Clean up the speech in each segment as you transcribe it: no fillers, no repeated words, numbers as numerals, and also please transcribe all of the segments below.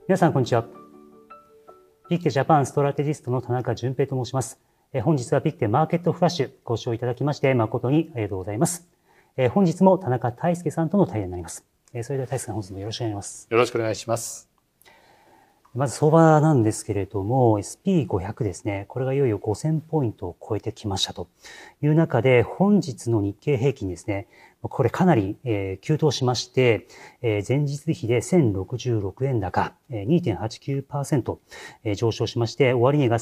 皆さん、こんにちは。ピクテジャパンストラテジストの田中淳平と申します。本日はピクテマーケットフラッシュご視聴いただきまして誠にありがとうございます。本日も田中大輔さんとの対談になります。それでは大輔さん、本日もよろしくお願いします。 よろしくお願いします。 まず相場なんですけれども、SP500 ですね。これがいよいよ5000ポイントを超えてきましたという中で、本日の日経平均ですね。これかなり急騰しまして、前日比で1066円高、2.89% 上昇しまして、終値が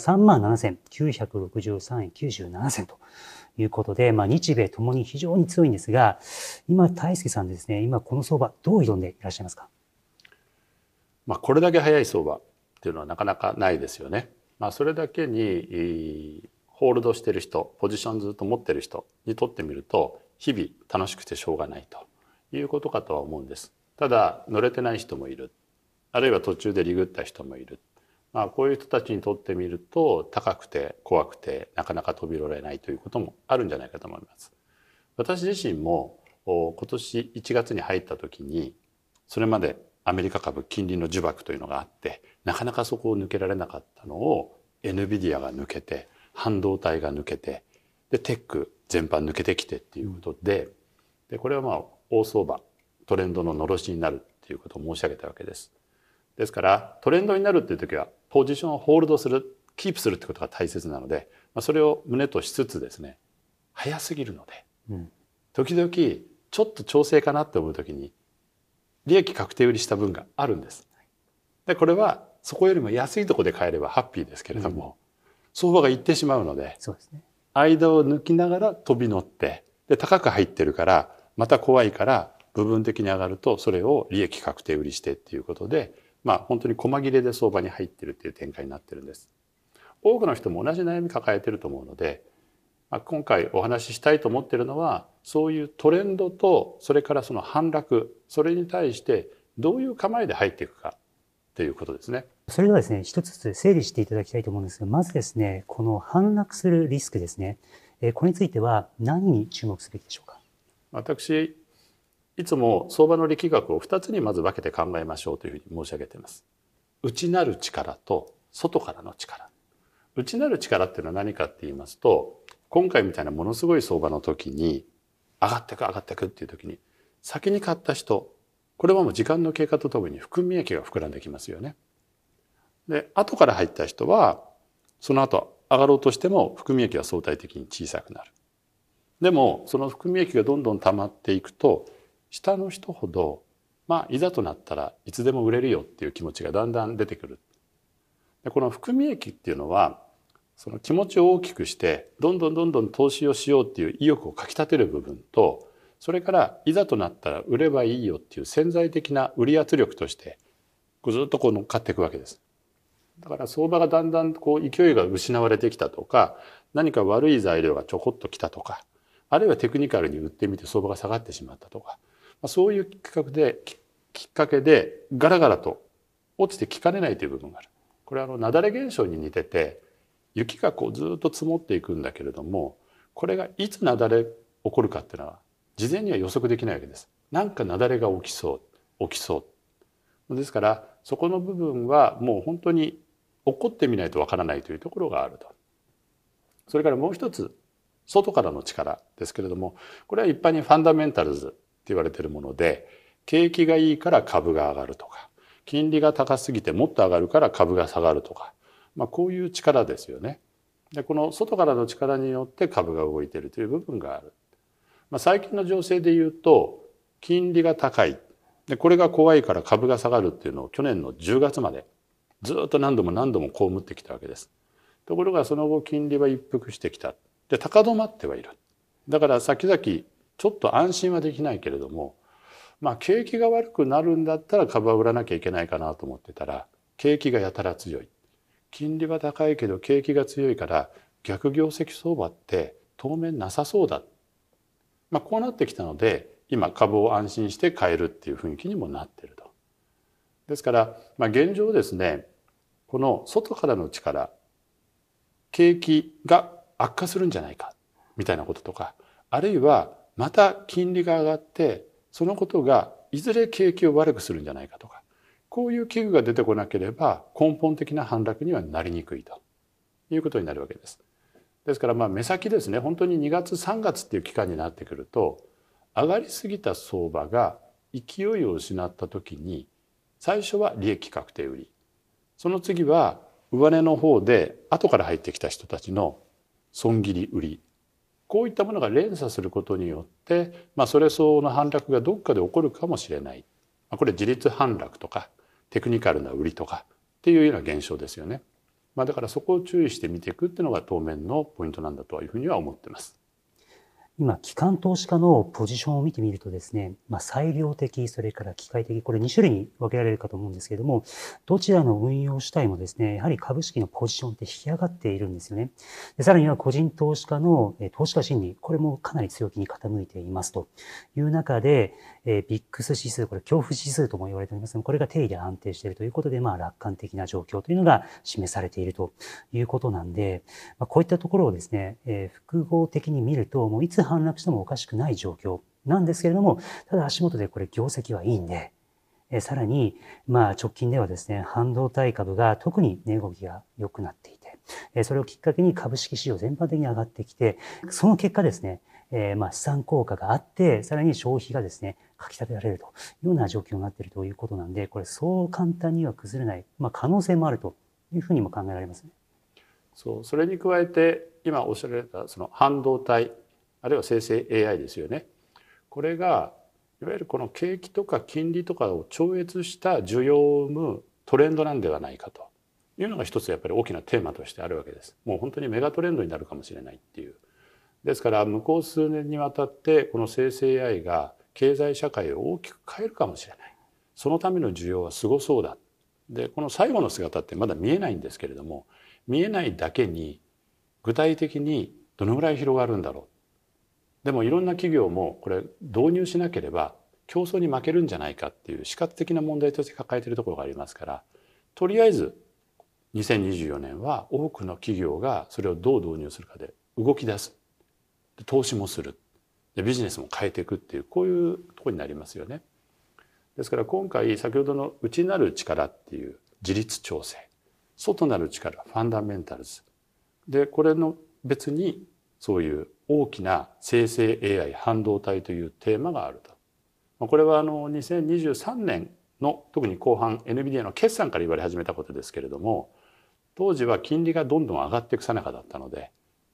37,963円97銭ということで、日米ともに非常に強いんですが、今、大輔さんですね、今この相場どう挑んでいらっしゃいますか？ これだけ早い相場っていうのはなかなかないですよね。それだけにホールドしてる人、ポジションずっと持ってる人にとってみると、日々楽しくてしょうがないということかとは思うんです。ただ乗れてない人もいる。あるいは途中でリグった人もいる。こういう人たちにとってみると、高くて怖くてなかなか飛び乗れないということもあるんじゃないかと思います。私自身も今年1月に入った時に、それまでアメリカ株金利の呪縛というのがあって、なかなかそこを抜けられなかったのを NVIDIA が抜けて、半導体が抜けて、でテック全般抜けてきてっていうことで、これは大相場トレンドののろしになるっていうことを申し上げたわけです。ですからトレンドになるっていう時はポジションをホールドする、キープするってことが大切なので、それを胸としつつですね、早すぎるので、時々ちょっと調整かなって思う時に利益確定売りした分があるんです。でこれはそこよりも安いところで買えればハッピーですけれども、相場が行ってしまうので、 そうですね、 間を抜きながら飛び乗って、で高く入ってるからまた怖いから部分的に上がるとそれを利益確定売りしてっていうことで、本当に細切れで相場に入ってるっていう展開になってるんです。多くの人も同じ悩み抱えてると思うので、今回お話ししたいと思っているのは、そういうトレンドとそれからその反落、それに対してどういう構えで入っていくかということですね。 それではですね、一つずつ整理していただきたいと思うんですが、まずですね、この反落するリスクですね。これについては何に注目すべきでしょうか？ 私、いつも相場の力学を2つにまず分けて考えましょうというふうに申し上げています。内なる力と外からの力。内なる力っていうのは何かって言いますと、今回みたいなものすごい相場の時に上がってく上がってくっていう時に、先に買った人、これはもう時間の経過とともに含み益が膨らんできますよね。で後から入った人はその後上がろうとしても含み益は相対的に小さくなる。でもその含み益がどんどん溜まっていくと、下の人ほどいざとなったらいつでも売れるよっていう気持ちがだんだん出てくる。でこの含み益っていうのは、その気持ちを大きくしてどんどんどんどん投資をしようっていう意欲をかきたてる部分と、それからいざとなったら売ればいいよっていう潜在的な売り圧力としてずっと乗っかっていくわけです。だから相場がだんだん勢いが失われてきたとか、何か悪い材料がちょこっときたとか、あるいはテクニカルに売ってみて相場が下がってしまったとか、そういうきっかけでガラガラと落ちてきかねないという部分がある。これは雪崩現象に似てて、雪がずっと積もっていくんだけれども、これがいつ雪崩起こるかっていうのは事前には予測できないわけです。なんか雪崩が起きそうですから、そこの部分はもう本当に起こってみないとわからないというところがあると。それからもう一つ、外からの力ですけれども、これは一般にファンダメンタルズって言われているもので、景気がいいから株が上がるとか、金利が高すぎてもっと上がるから株が下がるとか、こういう力ですよね。でこの外からの力によって株が動いているという部分がある。最近の情勢で言うと、金利が高いでこれが怖いから株が下がるっていうのを去年の10月までずっと何度も何度も被ってきたわけです。ところがその後金利は一服してきた。で高止まってはいる。だから先々ちょっと安心はできないけれども、景気が悪くなるんだったら株は売らなきゃいけないかなと思ってたら、景気がやたら強い。金利は高いけど景気が強いから逆業績相場って当面なさそうだ。こうなってきたので、今株を安心して買えるっていう雰囲気にもなっていると。ですから、現状ですね、この外からの力、景気が悪化するんじゃないかみたいなこととか、あるいはまた金利が上がってそのことがいずれ景気を悪くするんじゃないかとか、 こういう器具が出てこなければ根本的な反落にはなりにくいということになるわけです。ですから目先ですね、本当に2月3月っていう期間になってくると、上がりすぎた相場が勢いを失った時に、最初は利益確定売り、その次は上値の方で後から入ってきた人たちの損切り売り、こういったものが連鎖することによって、それ相応の反落がどっかで起こるかもしれない。これ自立反落とかテクニカルな売りとかっていうような現象ですよね。だからそこを注意して見ていくっていうのが当面のポイントなんだというふうには思ってます。 今、機関投資家のポジションを見てみるとですね、裁量的、それから機械的、これ2種類に分けられるかと思うんですけれども、どちらの運用主体もですね、やはり株式のポジションって引き上がっているんですよね。でさらには個人投資家の投資家心理、これもかなり強気に傾いていますという中で、ビックス指数、これ恐怖指数とも言われておりますが、これが定位で安定しているということで、楽観的な状況というのが示されているということなんで、こういったところをですね、複合的に見ると、もういつ反落してもおかしくない状況なんですけれども、ただ足元でこれ業績はいいんで、さらに、直近ではですね、半導体株が特に値動きが良くなっていて、それをきっかけに株式市場全般的に上がってきて、その結果ですね、資産効果があって、さらに消費がですね、かき立てられるというような状況になっているということなんで、これそう簡単には崩れない、可能性もあるというふうにも考えられますね。 それに加えて今おっしゃられたその半導体、あるいは生成 AI ですよね。これがいわゆるこの景気とか金利とかを超越した需要を生むトレンドなんではないかというのが一つやっぱり大きなテーマとしてあるわけです。もう本当にメガトレンドになるかもしれないっていう。ですから向こう数年にわたってこの生成 AI が経済社会を大きく変えるかもしれない。そのための需要はすごそうだ。でこの最後の姿ってまだ見えないんですけれども、見えないだけに具体的にどのぐらい広がるんだろう。でもいろんな企業もこれ導入しなければ競争に負けるんじゃないかっていう死活的な問題として抱えているところがありますから、とりあえず2024年は多くの企業がそれをどう導入するかで動き出す。投資もする。ビジネスも変えていくっていう、こういうところになりますよね。ですから今回先ほどの内なる力っていう自律調整、外なる力ファンダメンタルズで、これの別にそういう大きな生成 AI 半導体というテーマがあると。これは2023年の特に後半 NVIDIA の決算から言われ始めたことですけれども、当時は金利がどんどん上がっていくさなかだったので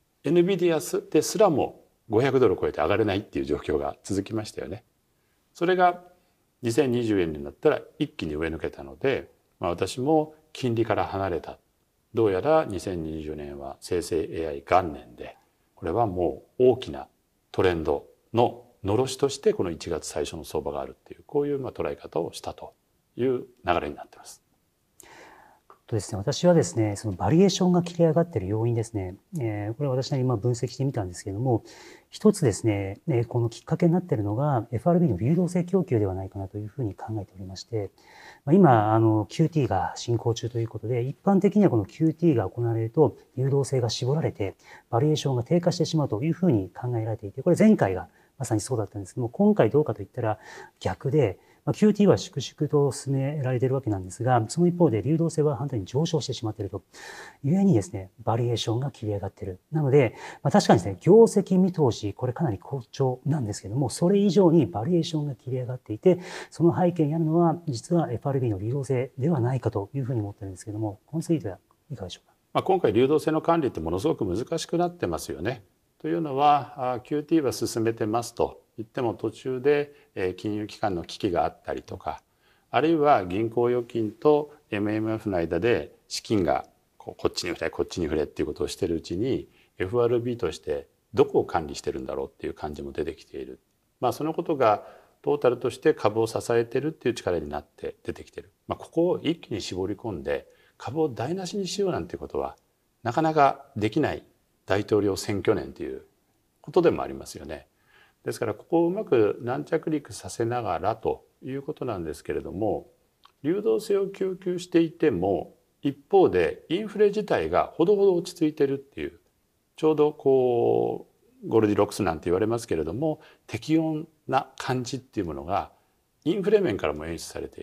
NVIDIA ですらも500ドル超えて上がれないっていう状況が続きましたよね。それが2020年になったら一気に上抜けたので、私も金利から離れた。どうやら2020年は生成 AI 元年で、これはもう大きなトレンドののろしとしてこの1月最初の相場があるっていう、こういう捉え方をしたという流れになっています。 とですね、私はですね、そのバリエーションが切れ上がっている要因ですね、これは私なりに分析してみたんですけれども、一つですね、このきっかけになっているのが FRB の流動性供給ではないかなというふうに考えておりまして、今、QT が進行中ということで、一般的にはこの QT が行われると流動性が絞られて、バリエーションが低下してしまうというふうに考えられていて、これ前回がまさにそうだったんですけども、今回どうかといったら逆で、QT は粛々と進められているわけなんですが、その一方で流動性は反対に上昇してしまっていると。故にですね、バリエーションが切り上がっている。なので、確かにですね、業績見通し、これかなり好調なんですけども、それ以上にバリエーションが切り上がっていて、その背景にあるのは、実は FRB の流動性ではないかというふうに思ってるんですけども、このツイートはいかがでしょうか。 今回流動性の管理ってものすごく難しくなってますよね。というのは QT は進めてますと言っても途中で金融機関の危機があったりとか、あるいは銀行預金と MMF の間で資金がこっちに振れこっちに振れっていうことをしているうちに FRB としてどこを管理してるんだろうっていう感じも出てきている。そのことがトータルとして株を支えてるっていう力になって出てきている。ここを一気に絞り込んで株を台無しにしようなんていうことはなかなかできない大統領選挙年ということでもありますよね。ですからここをうまく軟着陸させながらということなんですけれども、流動性を供給していても一方でインフレ自体がほどほど落ち着いてるっていう、ちょうどゴールディロックスなんて言われますけれども、適温な感じっていうものがインフレ面からも演出されている。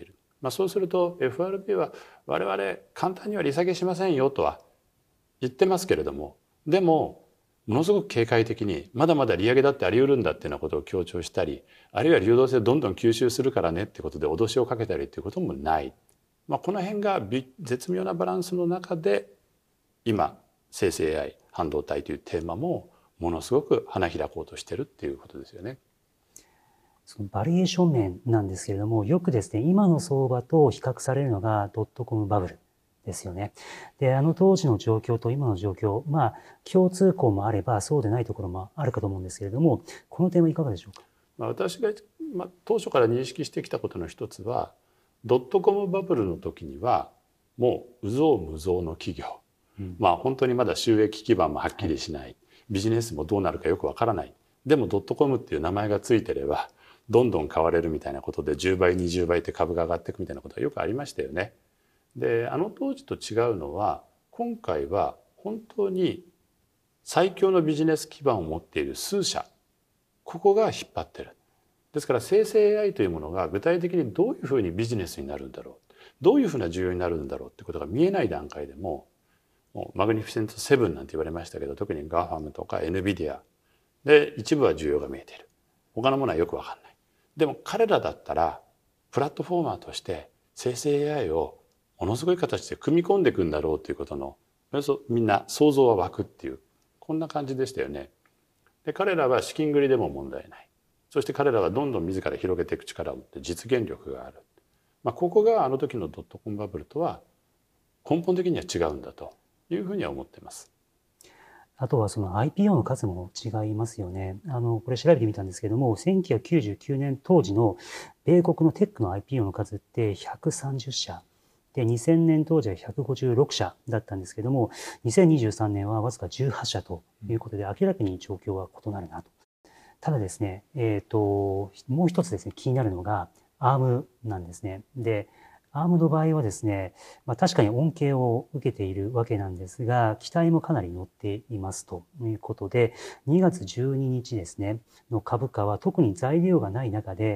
そうすると FRB は我々簡単には利下げしませんよとは言ってますけれども、でもものすごく警戒的にまだまだ利上げだってあり得るんだっていうようなことを強調したり、あるいは流動性をどんどん吸収するからねってことで脅しをかけたりっていうこともない。この辺が絶妙なバランスの中で今生成 AI 半導体というテーマもものすごく花開こうとしてるっていうことですよね。 そのバリエーション面なんですけれども、よくですね、今の相場と比較されるのがドットコムバブルですよね。で、あの当時の状況と今の状況、共通項もあればそうでないところもあるかと思うんですけれども、この点はいかがでしょうか。 私が、当初から認識してきたことの一つは、ドットコムバブルの時にはもう有象無象の企業、本当にまだ収益基盤もはっきりしない、ビジネスもどうなるかよくわからない、でもドットコムっていう名前がついてればどんどん買われるみたいなことで10倍20倍って株が上がっていくみたいなことがよくありましたよね。で、あの当時と違うのは、今回は本当に最強のビジネス基盤を持っている数社、ここが引っ張ってる。ですから生成 AI というものが具体的にどういうふうにビジネスになるんだろう、どういうふうな需要になるんだろうってことが見えない段階でもうマグニフィセント7なんて言われましたけど、特に GAFAM とか NVIDIA で一部は需要が見えている。他のものはよくわかんない。でも彼らだったらプラットフォーマーとして生成 AI をものすごい形で組み込んでいくんだろうということのみんな想像は湧くっていう、こんな感じでしたよね。で、彼らは資金繰りでも問題ない。そして彼らはどんどん自ら広げていく力を持って実現力がある。ここがあの時のドットコムバブルとは根本的には違うんだというふうには思っています。 あとはその IPO の数も違いますよね。これ調べてみたんですけども、1999年当時の米国のテックの IPO の数って130社。で、2000年当時は156社だったんですけども、2023年はわずか18社ということで、明らかに状況は異なるなと。ただですね、もう一つですね、気になるのが ARM なんですね。で、ARM の場合はですね、確かに恩恵を受けているわけなんですが、期待もかなり乗っていますということで、2月12日ですね、の株価は特に材料がない中で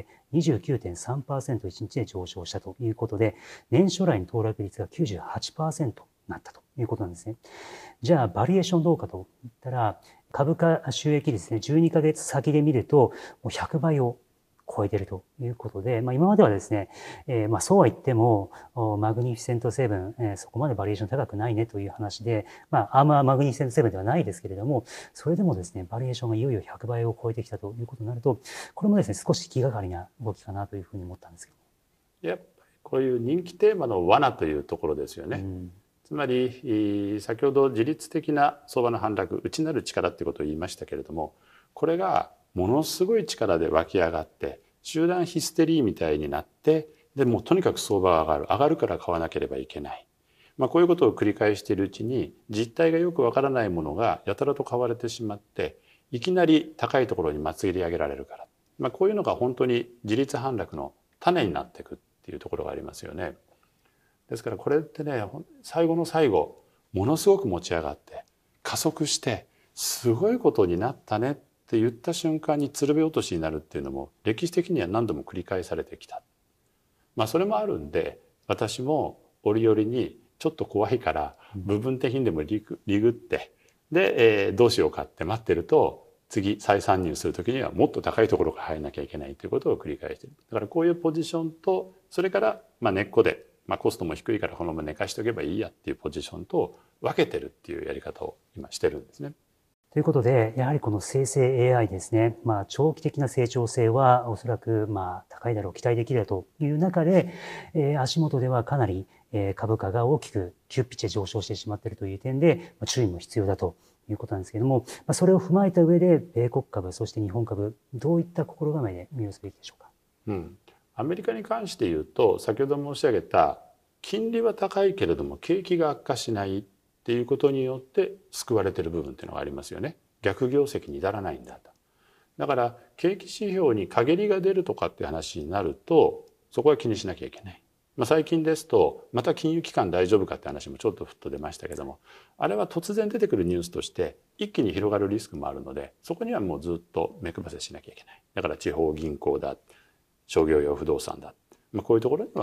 29.3% 1日で上昇したということで、年初来の騰落率が 98% になったということなんですね。じゃあ、バリエーションどうかといったら、株価収益率ね、12ヶ月先で見ると、もう100倍を超えているということで、今まではですね、そうは言っても、マグニフィセント7、そこまでバリエーション高くないねという話で、アームはマグニフィセント7ではないですけれども、それでもですね、バリエーションがいよいよ100倍を超えてきたということになると、これもですね、少し気がかりな動きかなというふうに思ったんですけど。やっぱりこういう人気テーマの罠というところですよね。つまり先ほど自律的な相場の反落、内なる力っていうことを言いましたけれども、これがものすごい力で湧き上がって集団ヒステリーみたいになって、でもうとにかく相場が上がるから買わなければいけない、こういうことを繰り返しているうちに実態がよくわからないものがやたらと買われてしまって、いきなり高いところに祭り上げられるから、こういうのが本当に自律反落の種になっていくっていうところがありますよね。ですからこれってね、最後の最後ものすごく持ち上がって加速してすごいことになったねって言った瞬間に鶴瓶落としになるっていうのも歴史的には何度も繰り返されてきた。それもあるんで、私も折々にちょっと怖いから部分的にでもリグってで、どうしようかって待ってると、次再参入する時にはもっと高いところから入らなきゃいけないということを繰り返している。だからこういうポジションと、それから根っこでコストも低いからこのまま寝かしておけばいいやっていうポジションと分けてるっていうやり方を今してるんですね。 ということで、やはりこの生成 AI ですね、長期的な成長性はおそらく高いだろう、期待できるという中で、足元ではかなり株価が大きく急ピッチで上昇してしまっているという点で、注意も必要だということなんですけれども、それを踏まえた上で、米国株、そして日本株、どういった心構えで見るべきでしょうか。 アメリカに関して言うと、先ほど申し上げた金利は高いけれども景気が悪化しないっていうことによって救われている部分っていうのがありますよね。逆業績に至らないんだと。だから景気指標に陰りが出るとかっていう話になると、そこは気にしなきゃいけない。最近ですとまた金融機関大丈夫かって話もちょっとふっと出ましたけども、あれは突然出てくるニュースとして一気に広がるリスクもあるので、そこにはもうずっと目配せしなきゃいけない。だから地方銀行だ、商業用不動産だ、こういうところには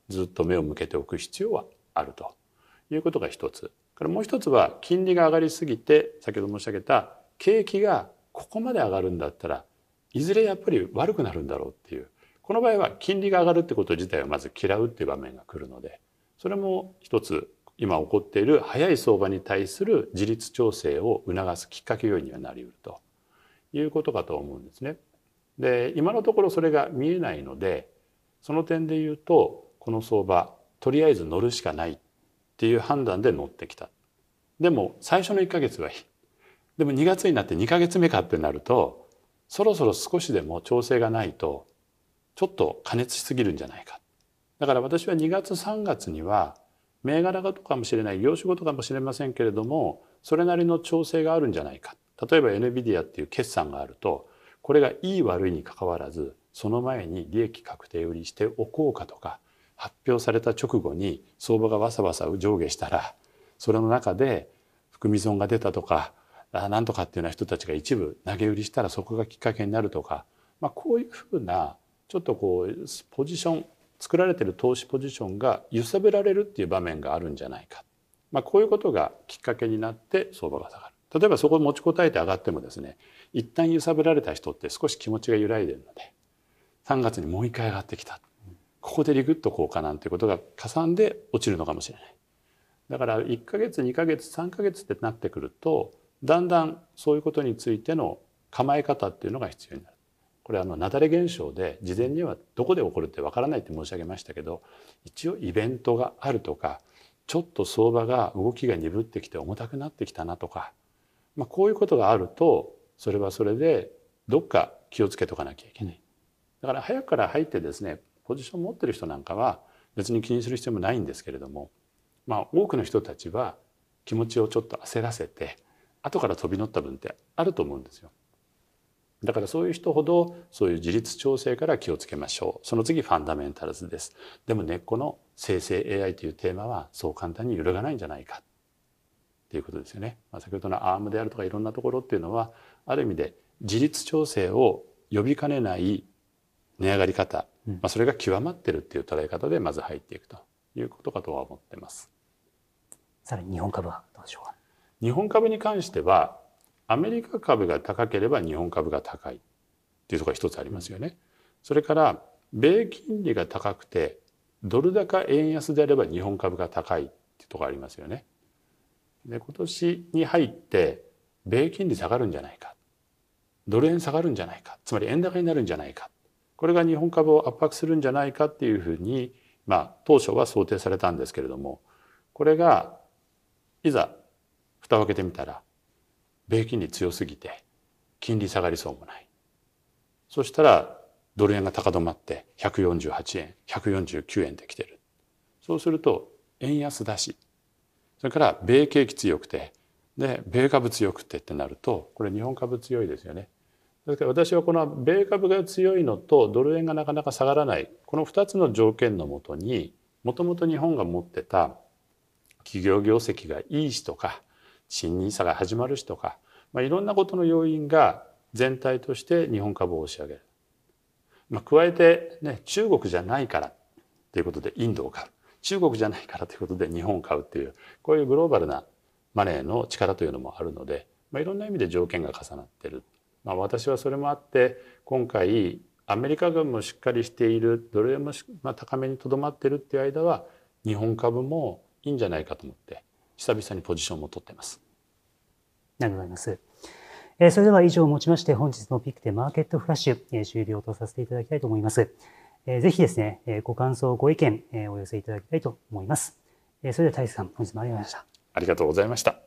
ずっと目を向けておく必要はあるということが一つ。からもう一つは金利が上がりすぎて先ほど申し上げた景気がここまで上がるんだったらいずれやっぱり悪くなるんだろうっていう、この場合は金利が上がるってこと自体をまず嫌うっていう場面が来るので、それも一つ今起こっている早い相場に対する自律調整を促すきっかけ要因にはなりうるということかと思うんですね。で今のところそれが見えないので、その点で言うとこの相場とりあえず乗るしかないっていう判断で乗ってきた。でも最初の1ヶ月はいい。でも2月になって2ヶ月目かってなると、そろそろ少しでも調整がないとちょっと過熱しすぎるんじゃないか。だから私は2月3月には銘柄とかもしれない、業種ごとかもしれませんけれども、それなりの調整があるんじゃないか。例えば NVIDIA っていう決算があると、これがいい悪いにかかわらずその前に利益確定売りしておこうかとか、発表された直後に相場がわさわさ上下したらそれの中で含み損が出たとかなんとかっていうような人たちが一部投げ売りしたらそこがきっかけになるとか、こういうふうなちょっとポジション、作られている投資ポジションが揺さぶられるっていう場面があるんじゃないか、こういうことがきっかけになって相場が下がる。例えばそこを持ちこたえて上がってもですね、一旦揺さぶられた人って少し気持ちが揺らいでるので、3月にもう一回上がってきた、ここでリグッとこうかなんていうことがかさんで落ちるのかもしれない。だから1ヶ月2ヶ月3ヶ月ってなってくると、だんだんそういうことについての構え方っていうのが必要になる。これ雪崩現象で事前にはどこで起こるってわからないって申し上げましたけど、一応イベントがあるとか、ちょっと相場が動きが鈍ってきて重たくなってきたなとか、こういうことがあるとそれはそれでどっか気をつけとかなきゃいけない。だから早くから入ってですね、ポジションを持ってる人なんかは別に気にする必要もないんですけれども、多くの人たちは気持ちをちょっと焦らせて後から飛び乗った分ってあると思うんですよ。だからそういう人ほどそういう自律調整から気をつけましょう。その次ファンダメンタルズです。でも根っこの生成 AI というテーマはそう簡単に揺るがないんじゃないかっていうことですよね。先ほどのアームであるとかいろんなところっていうのはある意味で自律調整を呼びかねない値上がり方、それが極まってるっていう捉え方でまず入っていくということかとは思ってます。 さらに日本株はどうでしょうか。 日本株に関してはアメリカ株が高ければ日本株が高いっていうところが一つありますよね。それから米金利が高くてドル高円安であれば日本株が高いっていうところがありますよね。で今年に入って米金利下がるんじゃないか、ドル円下がるんじゃないか、つまり円高になるんじゃないか、これが日本株を圧迫するんじゃないかっていうふうに、当初は想定されたんですけれども、これがいざ蓋を開けてみたら米金利強すぎて金利下がりそうもない。そしたらドル円が高止まって148円、149円で来てる。そうすると円安だし、それから米景気強くて、で米株強くてってなると、これ日本株強いですよね。だから私はこの米株が強いのとドル円がなかなか下がらない、この2つの条件のもとに、もともと日本が持ってた企業業績がいいしとか、新ＮＩＳＡが始まるしとか、いろんなことの要因が全体として日本株を押し上げる。加えてね、中国じゃないからということでインドを買う、中国じゃないからということで日本を買うっていう、こういうグローバルなマネーの力というのもあるので、いろんな意味で条件が重なっている。私はそれもあって今回アメリカ株もしっかりしている、ドル円も高めにとどまっているっていう間は日本株もいいんじゃないかと思って久々にポジションも取っています。 ありがとうございます。それでは以上をもちまして本日のピクテマーケットフラッシュ、終了とさせていただきたいと思います。ぜひですね、ご感想、ご意見、お寄せいただきたいと思います。それでは大輔さん、本日もありがとうございました。 ありがとうございました。